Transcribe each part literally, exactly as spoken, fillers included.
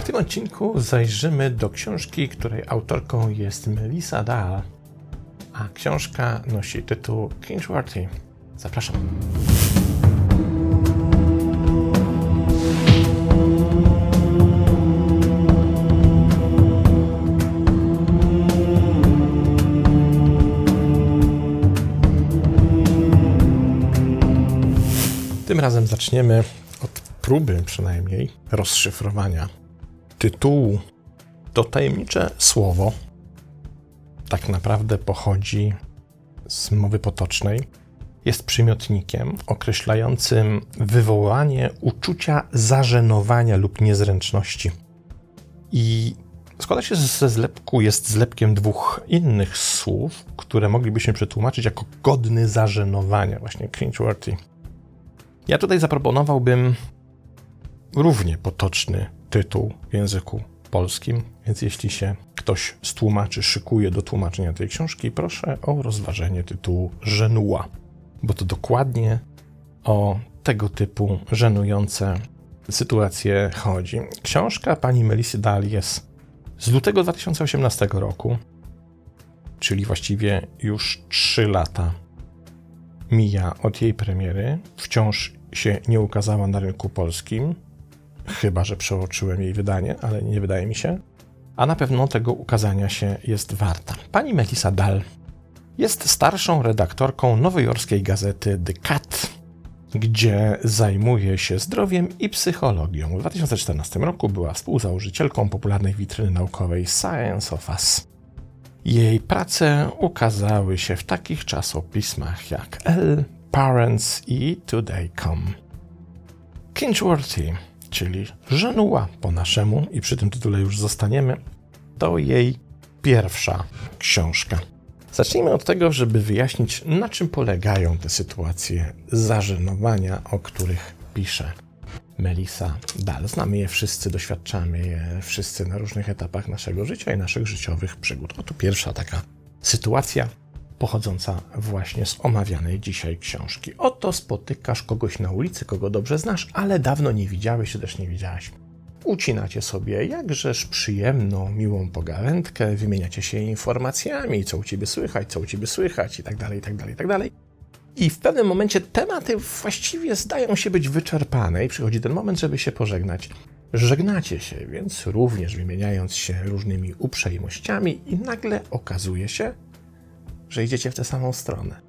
tym odcinku zajrzymy do książki, której autorką jest Melissa Dahl, a książka nosi tytuł Cringeworthy. Zapraszam. Tym razem zaczniemy od próby przynajmniej rozszyfrowania tytułu. To tajemnicze słowo tak naprawdę pochodzi z mowy potocznej. Jest przymiotnikiem określającym wywołanie uczucia zażenowania lub niezręczności. I składa się ze zlepku, jest zlepkiem dwóch innych słów, które moglibyśmy przetłumaczyć jako godny zażenowania, właśnie cringeworthy. Ja tutaj zaproponowałbym równie potoczny tytuł w języku polskim, więc jeśli się ktoś z tłumaczy szykuje do tłumaczenia tej książki, proszę o rozważenie tytułu żenuła, bo to dokładnie o tego typu żenujące sytuacje chodzi. Książka pani Melissy Dahl jest z lutego dwa tysiące osiemnastego roku, czyli właściwie już trzy lata mija od jej premiery. Wciąż się nie ukazała na rynku polskim, chyba że przeoczyłem jej wydanie, ale nie wydaje mi się, a na pewno tego ukazania się jest warta. Pani Melissa Dahl jest starszą redaktorką nowojorskiej gazety The Cat, gdzie zajmuje się zdrowiem i psychologią. W dwa tysiące czternastym roku była współzałożycielką popularnej witryny naukowej Science of Us. Jej prace ukazały się w takich czasopismach jak Elle, Parents i Today kropka com. Cringeworthy, czyli żenuła po naszemu, i przy tym tytule już zostaniemy, to jej pierwsza książka. Zacznijmy od tego, żeby wyjaśnić, na czym polegają te sytuacje zażenowania, o których pisze Melissa Dahl. Znamy je wszyscy, doświadczamy je wszyscy na różnych etapach naszego życia i naszych życiowych przygód. Oto pierwsza taka sytuacja pochodząca właśnie z omawianej dzisiaj książki. Oto spotykasz kogoś na ulicy, kogo dobrze znasz, ale dawno nie widziałeś, czy też nie widziałaś. Ucinacie sobie jakżeż przyjemną, miłą pogawędkę, wymieniacie się informacjami, co u ciebie słychać, co u ciebie słychać i tak dalej, i tak dalej, i tak dalej. I w pewnym momencie tematy właściwie zdają się być wyczerpane i przychodzi ten moment, żeby się pożegnać. Żegnacie się, więc również wymieniając się różnymi uprzejmościami i nagle okazuje się, że idziecie w tę samą stronę.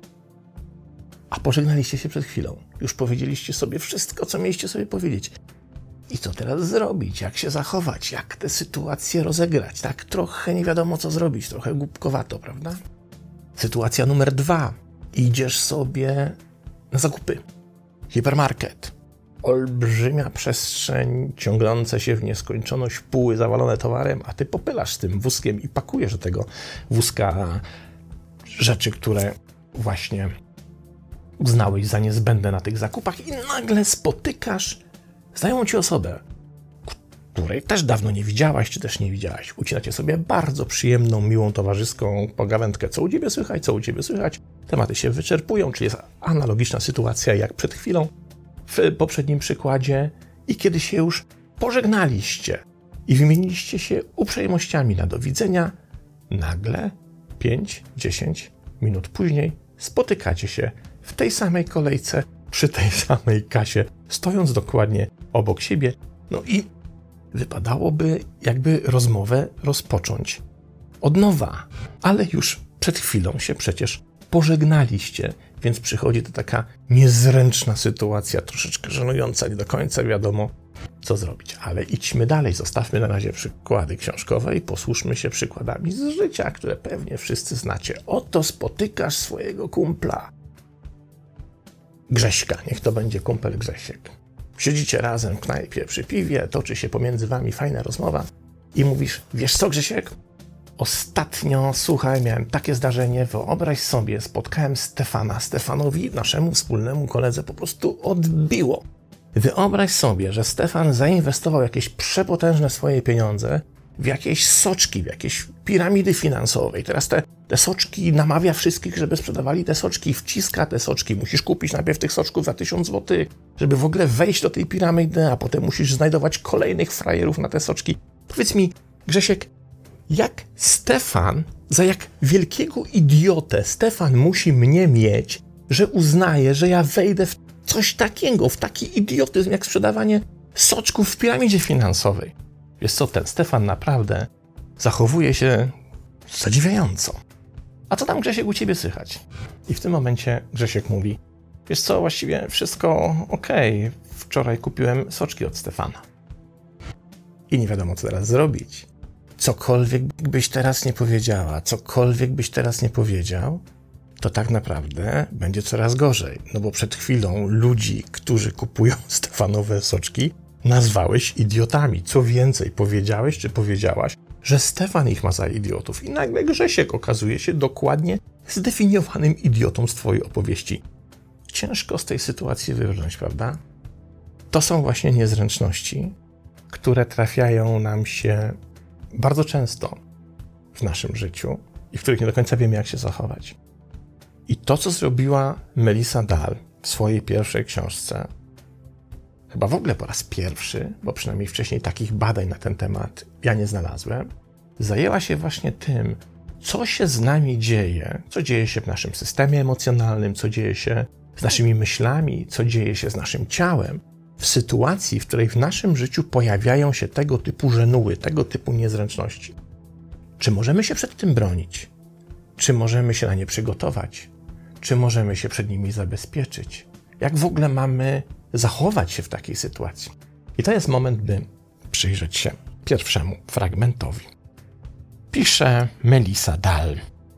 A pożegnaliście się przed chwilą. Już powiedzieliście sobie wszystko, co mieliście sobie powiedzieć. I co teraz zrobić? Jak się zachować? Jak tę sytuację rozegrać? Tak trochę nie wiadomo, co zrobić. Trochę głupkowato, prawda? Sytuacja numer dwa. Idziesz sobie na zakupy. Hipermarket. Olbrzymia przestrzeń, ciągnące się w nieskończoność, póły zawalone towarem, a ty popylasz z tym wózkiem i pakujesz do tego wózka rzeczy, które właśnie uznałeś za niezbędne na tych zakupach, i nagle spotykasz znajomą ci osobę, której też dawno nie widziałaś, czy też nie widziałaś. Ucinacie sobie bardzo przyjemną, miłą, towarzyską pogawędkę. Co u ciebie słychać, co u ciebie słychać. Tematy się wyczerpują, czyli jest analogiczna sytuacja jak przed chwilą w poprzednim przykładzie, i kiedy się już pożegnaliście i wymieniliście się uprzejmościami na do widzenia, nagle pięć dziesięć minut później spotykacie się w tej samej kolejce, przy tej samej kasie, stojąc dokładnie obok siebie. No i wypadałoby jakby rozmowę rozpocząć od nowa, ale już przed chwilą się przecież pożegnaliście, więc przychodzi to taka niezręczna sytuacja, troszeczkę żenująca, nie do końca wiadomo, co zrobić. Ale idźmy dalej, zostawmy na razie przykłady książkowe i posłuszmy się przykładami z życia, które pewnie wszyscy znacie. Oto spotykasz swojego kumpla Grześka, niech to będzie kumpel Grzesiek. Siedzicie razem w knajpie przy piwie, toczy się pomiędzy wami fajna rozmowa i mówisz: wiesz co, Grzesiek? Ostatnio, słuchaj, miałem takie zdarzenie, wyobraź sobie, spotkałem Stefana. Stefanowi, naszemu wspólnemu koledze, po prostu odbiło. Wyobraź sobie, że Stefan zainwestował jakieś przepotężne swoje pieniądze w jakieś soczki, w jakieś piramidy finansowe. I teraz te, te soczki namawia wszystkich, żeby sprzedawali te soczki, wciska te soczki. Musisz kupić najpierw tych soczków za tysiąc złotych, żeby w ogóle wejść do tej piramidy, a potem musisz znajdować kolejnych frajerów na te soczki. Powiedz mi, Grzesiek, jak Stefan, za jak wielkiego idiotę Stefan musi mnie mieć, że uznaje, że ja wejdę w coś takiego, w taki idiotyzm jak sprzedawanie soczków w piramidzie finansowej. Wiesz co, ten Stefan naprawdę zachowuje się zadziwiająco. A co tam, Grzesiek, u ciebie słychać? I w tym momencie Grzesiek mówi, wiesz co, właściwie wszystko okej, okay. Wczoraj kupiłem soczki od Stefana. I nie wiadomo, co teraz zrobić. Cokolwiek byś teraz nie powiedziała, cokolwiek byś teraz nie powiedział, to tak naprawdę będzie coraz gorzej. No bo przed chwilą ludzi, którzy kupują Stefanowe soczki, nazwałeś idiotami. Co więcej, powiedziałeś czy powiedziałaś, że Stefan ich ma za idiotów. I nagle Grzesiek okazuje się dokładnie zdefiniowanym idiotą z twojej opowieści. Ciężko z tej sytuacji wybrnąć, prawda? To są właśnie niezręczności, które trafiają nam się bardzo często w naszym życiu i w których nie do końca wiemy, jak się zachować. I to, co zrobiła Melissa Dahl w swojej pierwszej książce, chyba w ogóle po raz pierwszy, bo przynajmniej wcześniej takich badań na ten temat ja nie znalazłem, zajęła się właśnie tym, co się z nami dzieje, co dzieje się w naszym systemie emocjonalnym, co dzieje się z naszymi myślami, co dzieje się z naszym ciałem, w sytuacji, w której w naszym życiu pojawiają się tego typu żenuły, tego typu niezręczności. Czy możemy się przed tym bronić? Czy możemy się na nie przygotować? Czy możemy się przed nimi zabezpieczyć? Jak w ogóle mamy zachować się w takiej sytuacji? I to jest moment, by przyjrzeć się pierwszemu fragmentowi. Pisze Melissa Dahl.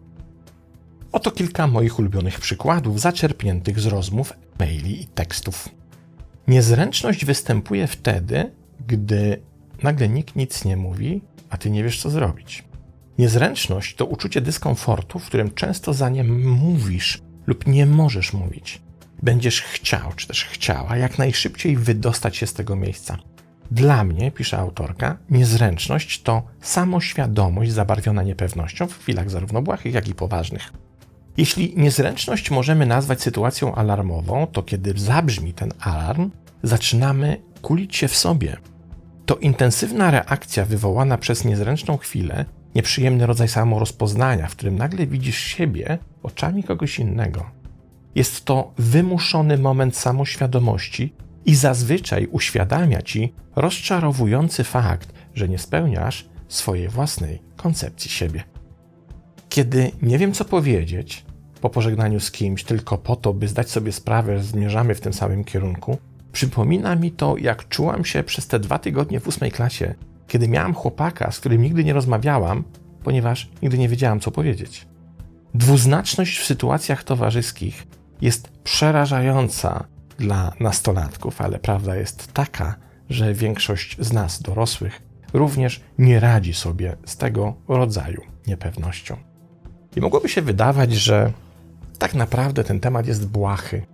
Oto kilka moich ulubionych przykładów zaczerpniętych z rozmów, maili i tekstów. Niezręczność występuje wtedy, gdy nagle nikt nic nie mówi, a ty nie wiesz, co zrobić. Niezręczność to uczucie dyskomfortu, w którym często za nie mówisz lub nie możesz mówić. Będziesz chciał, czy też chciała jak najszybciej wydostać się z tego miejsca. Dla mnie, pisze autorka, niezręczność to samoświadomość zabarwiona niepewnością w chwilach zarówno błahych, jak i poważnych. Jeśli niezręczność możemy nazwać sytuacją alarmową, to kiedy zabrzmi ten alarm, zaczynamy kulić się w sobie. To intensywna reakcja wywołana przez niezręczną chwilę, nieprzyjemny rodzaj samorozpoznania, w którym nagle widzisz siebie oczami kogoś innego. Jest to wymuszony moment samoświadomości i zazwyczaj uświadamia ci rozczarowujący fakt, że nie spełniasz swojej własnej koncepcji siebie. Kiedy nie wiem, co powiedzieć po pożegnaniu z kimś tylko po to, by zdać sobie sprawę, że zmierzamy w tym samym kierunku, przypomina mi to, jak czułam się przez te dwa tygodnie w ósmej klasie, kiedy miałam chłopaka, z którym nigdy nie rozmawiałam, ponieważ nigdy nie wiedziałam, co powiedzieć. Dwuznaczność w sytuacjach towarzyskich jest przerażająca dla nastolatków, ale prawda jest taka, że większość z nas, dorosłych, również nie radzi sobie z tego rodzaju niepewnością. I mogłoby się wydawać, że tak naprawdę ten temat jest błahy,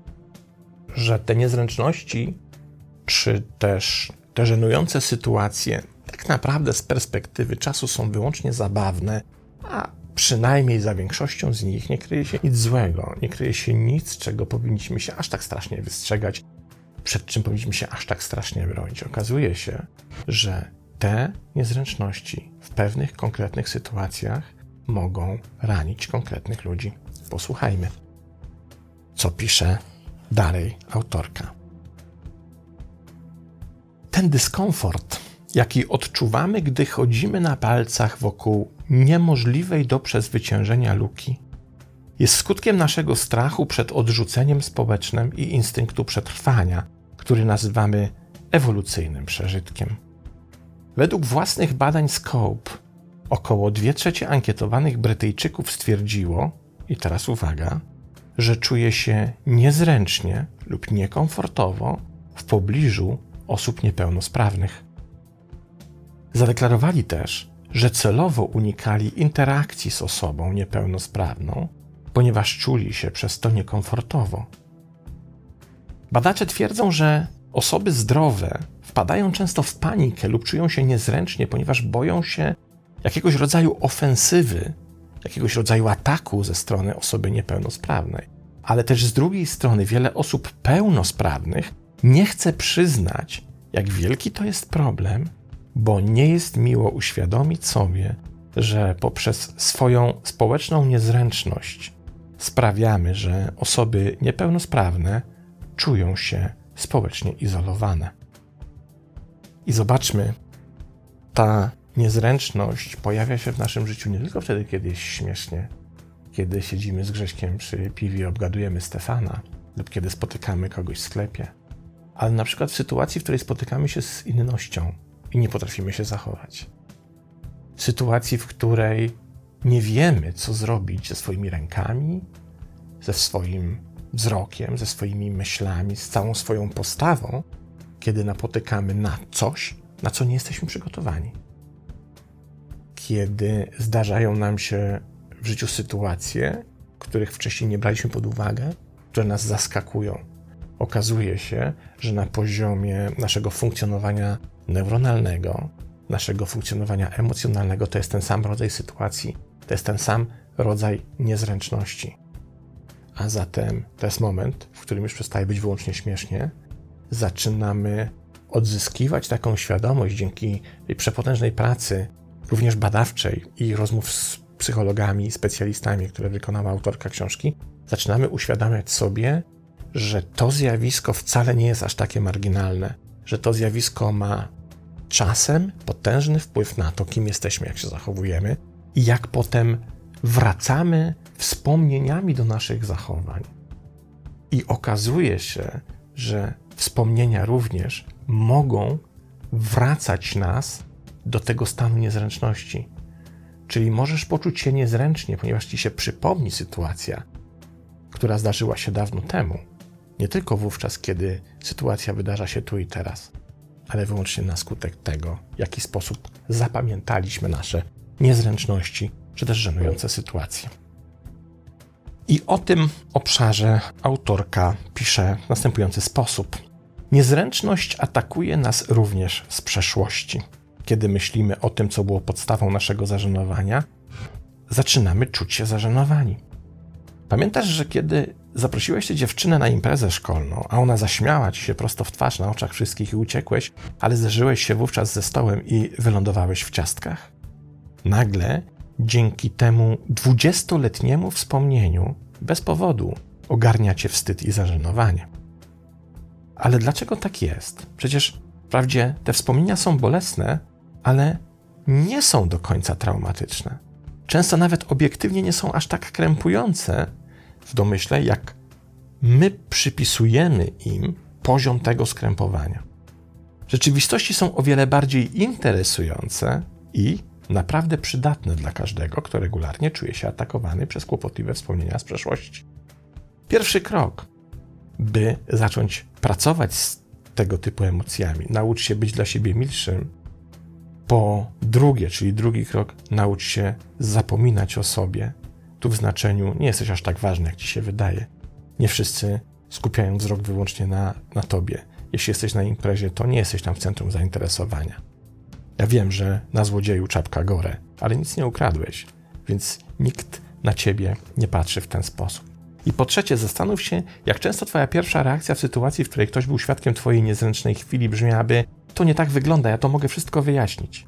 że te niezręczności, czy też te żenujące sytuacje tak naprawdę z perspektywy czasu są wyłącznie zabawne, a przynajmniej za większością z nich nie kryje się nic złego, nie kryje się nic, czego powinniśmy się aż tak strasznie wystrzegać, przed czym powinniśmy się aż tak strasznie bronić. Okazuje się, że te niezręczności w pewnych konkretnych sytuacjach mogą ranić konkretnych ludzi. Posłuchajmy, co pisze dalej autorka. Ten dyskomfort, jaki odczuwamy, gdy chodzimy na palcach wokół niemożliwej do przezwyciężenia luki, jest skutkiem naszego strachu przed odrzuceniem społecznym i instynktu przetrwania, który nazywamy ewolucyjnym przeżytkiem. Według własnych badań Scope około dwie trzecie ankietowanych Brytyjczyków stwierdziło, i teraz uwaga, że czuje się niezręcznie lub niekomfortowo w pobliżu osób niepełnosprawnych. Zadeklarowali też, że celowo unikali interakcji z osobą niepełnosprawną, ponieważ czuli się przez to niekomfortowo. Badacze twierdzą, że Osoby zdrowe wpadają często w panikę lub czują się niezręcznie, ponieważ boją się jakiegoś rodzaju ofensywy, jakiegoś rodzaju ataku ze strony osoby niepełnosprawnej. Ale też z drugiej strony wiele osób pełnosprawnych nie chce przyznać, jak wielki to jest problem, bo nie jest miło uświadomić sobie, że poprzez swoją społeczną niezręczność sprawiamy, że osoby niepełnosprawne czują się społecznie izolowane. I zobaczmy, ta niezręczność pojawia się w naszym życiu nie tylko wtedy, kiedy jest śmiesznie, kiedy siedzimy z Grześkiem przy piwie i obgadujemy Stefana, lub kiedy spotykamy kogoś w sklepie, ale na przykład w sytuacji, w której spotykamy się z innością i nie potrafimy się zachować. W sytuacji, w której nie wiemy, co zrobić ze swoimi rękami, ze swoim wzrokiem, ze swoimi myślami, z całą swoją postawą, kiedy napotykamy na coś, na co nie jesteśmy przygotowani. Kiedy zdarzają nam się w życiu sytuacje, których wcześniej nie braliśmy pod uwagę, które nas zaskakują. Okazuje się, że na poziomie naszego funkcjonowania neuronalnego, naszego funkcjonowania emocjonalnego to jest ten sam rodzaj sytuacji, to jest ten sam rodzaj niezręczności. A zatem to jest moment, w którym już przestaje być wyłącznie śmiesznie, zaczynamy odzyskiwać taką świadomość dzięki tej przepotężnej pracy, również badawczej i rozmów z psychologami, specjalistami, które wykonała autorka książki, zaczynamy uświadamiać sobie, że to zjawisko wcale nie jest aż takie marginalne, że to zjawisko ma czasem potężny wpływ na to, kim jesteśmy, jak się zachowujemy i jak potem wracamy wspomnieniami do naszych zachowań. I okazuje się, że wspomnienia również mogą wracać nas do tego stanu niezręczności. Czyli możesz poczuć się niezręcznie, ponieważ ci się przypomni sytuacja, która zdarzyła się dawno temu. Nie tylko wówczas, kiedy sytuacja wydarza się tu i teraz, ale wyłącznie na skutek tego, w jaki sposób zapamiętaliśmy nasze niezręczności, czy też żenujące sytuacje. I o tym obszarze autorka pisze w następujący sposób. Niezręczność atakuje nas również z przeszłości. Kiedy myślimy o tym, co było podstawą naszego zażenowania, zaczynamy czuć się zażenowani. Pamiętasz, że kiedy zaprosiłeś tę dziewczynę na imprezę szkolną, a ona zaśmiała ci się prosto w twarz na oczach wszystkich i uciekłeś, ale zderzyłeś się wówczas ze stołem i wylądowałeś w ciastkach? Nagle, dzięki temu dwudziestoletniemu wspomnieniu, bez powodu ogarnia cię wstyd i zażenowanie. Ale dlaczego tak jest? Przecież wprawdzie te wspomnienia są bolesne, ale nie są do końca traumatyczne. Często nawet obiektywnie nie są aż tak krępujące w domyśle, jak my przypisujemy im poziom tego skrępowania. W rzeczywistości są o wiele bardziej interesujące i naprawdę przydatne dla każdego, kto regularnie czuje się atakowany przez kłopotliwe wspomnienia z przeszłości. Pierwszy krok, by zacząć pracować z tego typu emocjami, naucz się być dla siebie milszym. Po drugie, czyli drugi krok, naucz się zapominać o sobie. Tu w znaczeniu nie jesteś aż tak ważny, jak ci się wydaje. Nie wszyscy skupiają wzrok wyłącznie na, na tobie. Jeśli jesteś na imprezie, to nie jesteś tam w centrum zainteresowania. Ja wiem, że na złodzieju czapka gore, ale nic nie ukradłeś, więc nikt na ciebie nie patrzy w ten sposób. I po trzecie, zastanów się, jak często twoja pierwsza reakcja w sytuacji, w której ktoś był świadkiem twojej niezręcznej chwili, brzmiałaby: to nie tak wygląda, ja to mogę wszystko wyjaśnić.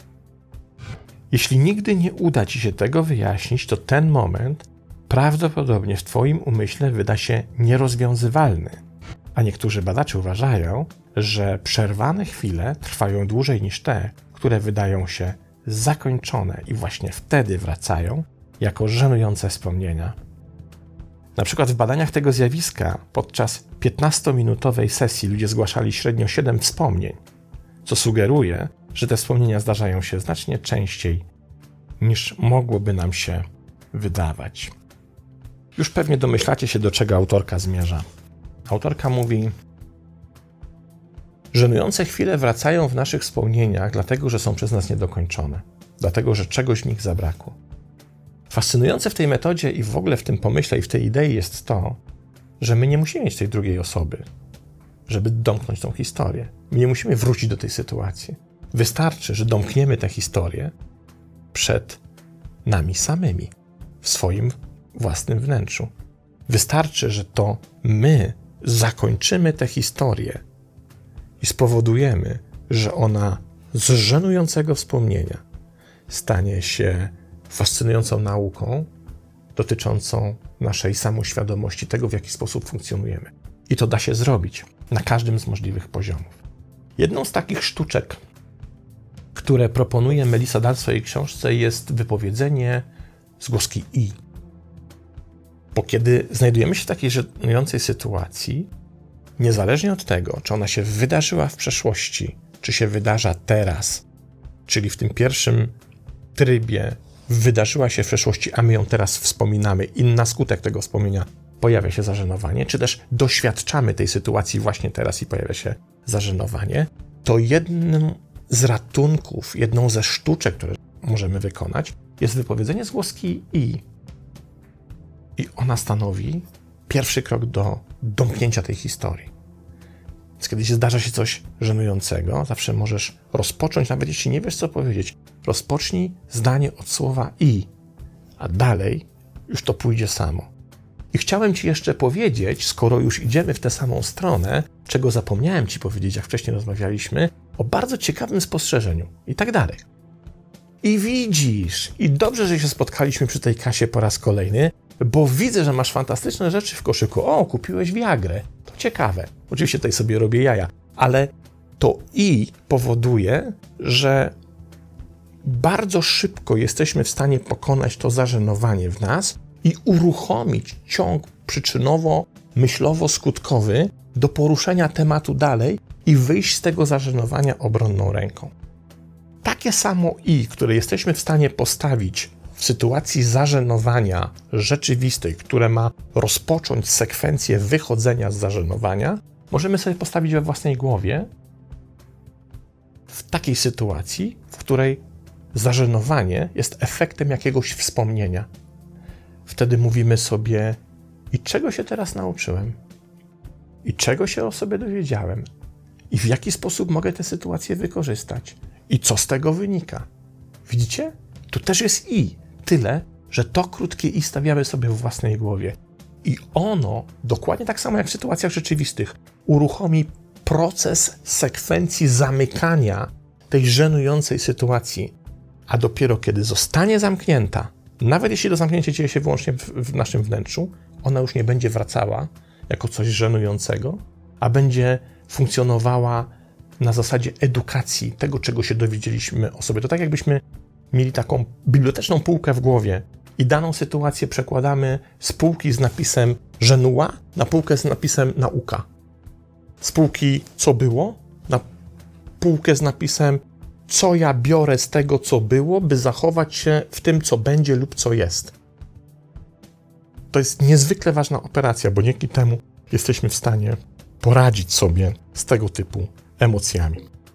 Jeśli nigdy nie uda ci się tego wyjaśnić, to ten moment prawdopodobnie w twoim umyśle wyda się nierozwiązywalny. A niektórzy badacze uważają, że przerwane chwile trwają dłużej niż te, które wydają się zakończone i właśnie wtedy wracają jako żenujące wspomnienia. Na przykład w badaniach tego zjawiska podczas piętnastominutowej sesji ludzie zgłaszali średnio siedem wspomnień, co sugeruje, że te wspomnienia zdarzają się znacznie częściej niż mogłoby nam się wydawać. Już pewnie domyślacie się, do czego autorka zmierza. Autorka mówi: żenujące chwile wracają w naszych wspomnieniach dlatego, że są przez nas niedokończone, dlatego, że czegoś w nich zabrakło. Fascynujące w tej metodzie i w ogóle w tym pomyśle i w tej idei jest to, że my nie musimy mieć tej drugiej osoby, żeby domknąć tą historię. My nie musimy wrócić do tej sytuacji. Wystarczy, że domkniemy tę historię przed nami samymi, w swoim własnym wnętrzu. Wystarczy, że to my zakończymy tę historię i spowodujemy, że ona z żenującego wspomnienia stanie się fascynującą nauką dotyczącą naszej samoświadomości, tego, w jaki sposób funkcjonujemy. I to da się zrobić na każdym z możliwych poziomów. Jedną z takich sztuczek, które proponuje Melissa Dall w swojej książce, jest wypowiedzenie zgłoski i. Bo kiedy znajdujemy się w takiej żenującej sytuacji, niezależnie od tego, czy ona się wydarzyła w przeszłości, czy się wydarza teraz, czyli w tym pierwszym trybie wydarzyła się w przeszłości, a my ją teraz wspominamy i na skutek tego wspomnienia pojawia się zażenowanie, czy też doświadczamy tej sytuacji właśnie teraz i pojawia się zażenowanie, to jednym z ratunków, jedną ze sztuczek, które możemy wykonać, jest wypowiedzenie zgłoski i. I ona stanowi pierwszy krok do domknięcia tej historii. Więc kiedy się zdarza się coś żenującego, zawsze możesz rozpocząć, nawet jeśli nie wiesz, co powiedzieć, rozpocznij zdanie od słowa i, a dalej już to pójdzie samo. I chciałem Ci jeszcze powiedzieć, skoro już idziemy w tę samą stronę, czego zapomniałem Ci powiedzieć, jak wcześniej rozmawialiśmy, o bardzo ciekawym spostrzeżeniu i tak dalej. I widzisz, i dobrze, że się spotkaliśmy przy tej kasie po raz kolejny, bo widzę, że masz fantastyczne rzeczy w koszyku. O, kupiłeś Viagrę. To ciekawe. Oczywiście tutaj sobie robię jaja, ale to i powoduje, że bardzo szybko jesteśmy w stanie pokonać to zażenowanie w nas i uruchomić ciąg przyczynowo-myślowo-skutkowy do poruszenia tematu dalej i wyjść z tego zażenowania obronną ręką. Takie samo i, które jesteśmy w stanie postawić w sytuacji zażenowania rzeczywistej, które ma rozpocząć sekwencję wychodzenia z zażenowania, możemy sobie postawić we własnej głowie w takiej sytuacji, w której zażenowanie jest efektem jakiegoś wspomnienia. Wtedy mówimy sobie, i czego się teraz nauczyłem? I czego się o sobie dowiedziałem? I w jaki sposób mogę tę sytuację wykorzystać? I co z tego wynika? Widzicie? Tu też jest i. Tyle, że to krótkie i stawiamy sobie w własnej głowie. I ono, dokładnie tak samo jak w sytuacjach rzeczywistych, uruchomi proces sekwencji zamykania tej żenującej sytuacji. A dopiero kiedy zostanie zamknięta, nawet jeśli to zamknięcie dzieje się wyłącznie w, w naszym wnętrzu, ona już nie będzie wracała jako coś żenującego, a będzie funkcjonowała na zasadzie edukacji tego, czego się dowiedzieliśmy o sobie. To tak jakbyśmy mieli taką biblioteczną półkę w głowie i daną sytuację przekładamy z półki z napisem żenua na półkę z napisem nauka. Z półki co było na półkę z napisem co ja biorę z tego, co było, by zachować się w tym, co będzie lub co jest. To jest niezwykle ważna operacja, bo dzięki temu jesteśmy w stanie poradzić sobie z tego typu emocjami.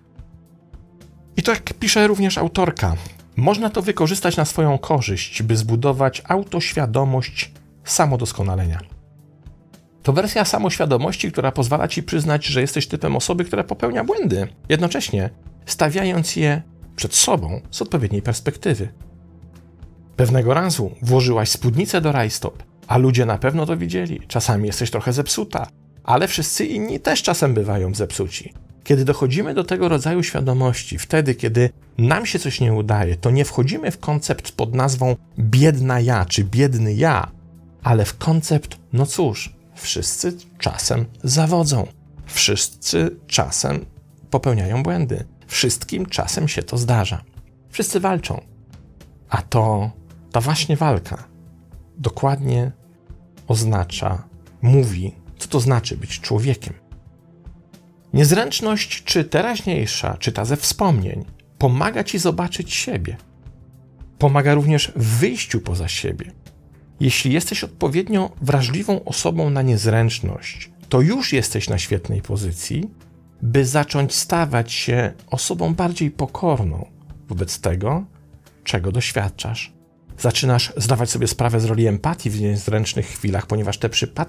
I to, jak pisze również autorka, można to wykorzystać na swoją korzyść, by zbudować autoświadomość samodoskonalenia. To wersja samoświadomości, która pozwala Ci przyznać, że jesteś typem osoby, która popełnia błędy, jednocześnie stawiając je przed sobą z odpowiedniej perspektywy. Pewnego razu włożyłaś spódnicę do rajstop, a ludzie na pewno to widzieli. Czasami jesteś trochę zepsuta, ale wszyscy inni też czasem bywają zepsuci. Kiedy dochodzimy do tego rodzaju świadomości, wtedy, kiedy nam się coś nie udaje, to nie wchodzimy w koncept pod nazwą biedna ja, czy biedny ja, ale w koncept, no cóż, wszyscy czasem zawodzą, wszyscy czasem popełniają błędy, wszystkim czasem się to zdarza. Wszyscy walczą, a to ta właśnie walka dokładnie oznacza, mówi, co to znaczy być człowiekiem. Niezręczność, czy teraźniejsza, czy ta ze wspomnień, pomaga Ci zobaczyć siebie. Pomaga również w wyjściu poza siebie. Jeśli jesteś odpowiednio wrażliwą osobą na niezręczność, to już jesteś na świetnej pozycji, by zacząć stawać się osobą bardziej pokorną wobec tego, czego doświadczasz. Zaczynasz zdawać sobie sprawę z roli empatii w niezręcznych chwilach, ponieważ te przypadki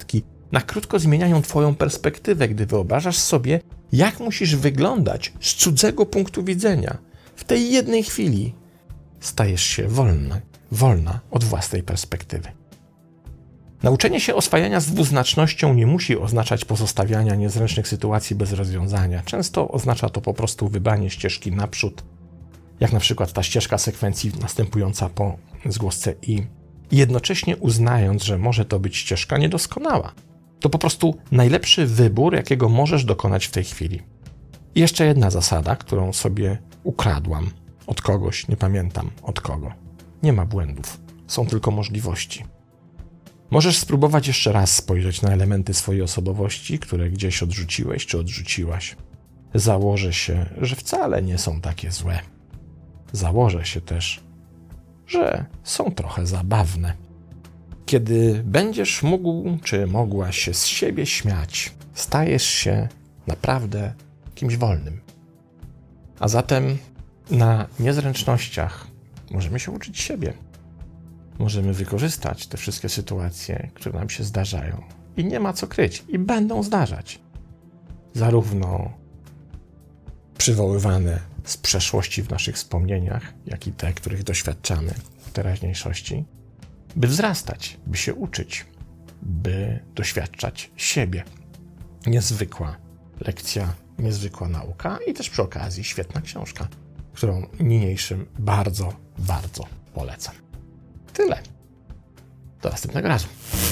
Na krótko zmieniają twoją perspektywę, gdy wyobrażasz sobie, jak musisz wyglądać z cudzego punktu widzenia. W tej jednej chwili stajesz się wolny, wolna od własnej perspektywy. Nauczenie się oswajania z dwuznacznością nie musi oznaczać pozostawiania niezręcznych sytuacji bez rozwiązania. Często oznacza to po prostu wybranie ścieżki naprzód, jak na przykład ta ścieżka sekwencji następująca po zgłosce i, jednocześnie uznając, że może to być ścieżka niedoskonała. To po prostu najlepszy wybór, jakiego możesz dokonać w tej chwili. I jeszcze jedna zasada, którą sobie ukradłam od kogoś, nie pamiętam od kogo. Nie ma błędów, są tylko możliwości. Możesz spróbować jeszcze raz spojrzeć na elementy swojej osobowości, które gdzieś odrzuciłeś czy odrzuciłaś. Założę się, że wcale nie są takie złe. Założę się też, że są trochę zabawne. Kiedy będziesz mógł czy mogła się z siebie śmiać, stajesz się naprawdę kimś wolnym. A zatem na niezręcznościach możemy się uczyć siebie. Możemy wykorzystać te wszystkie sytuacje, które nam się zdarzają. I nie ma co kryć. I będą zdarzać. Zarówno przywoływane z przeszłości w naszych wspomnieniach, jak i te, których doświadczamy w teraźniejszości, by wzrastać, by się uczyć, by doświadczać siebie. Niezwykła lekcja, niezwykła nauka i też przy okazji świetna książka, którą niniejszym bardzo, bardzo polecam. Tyle. Do następnego razu.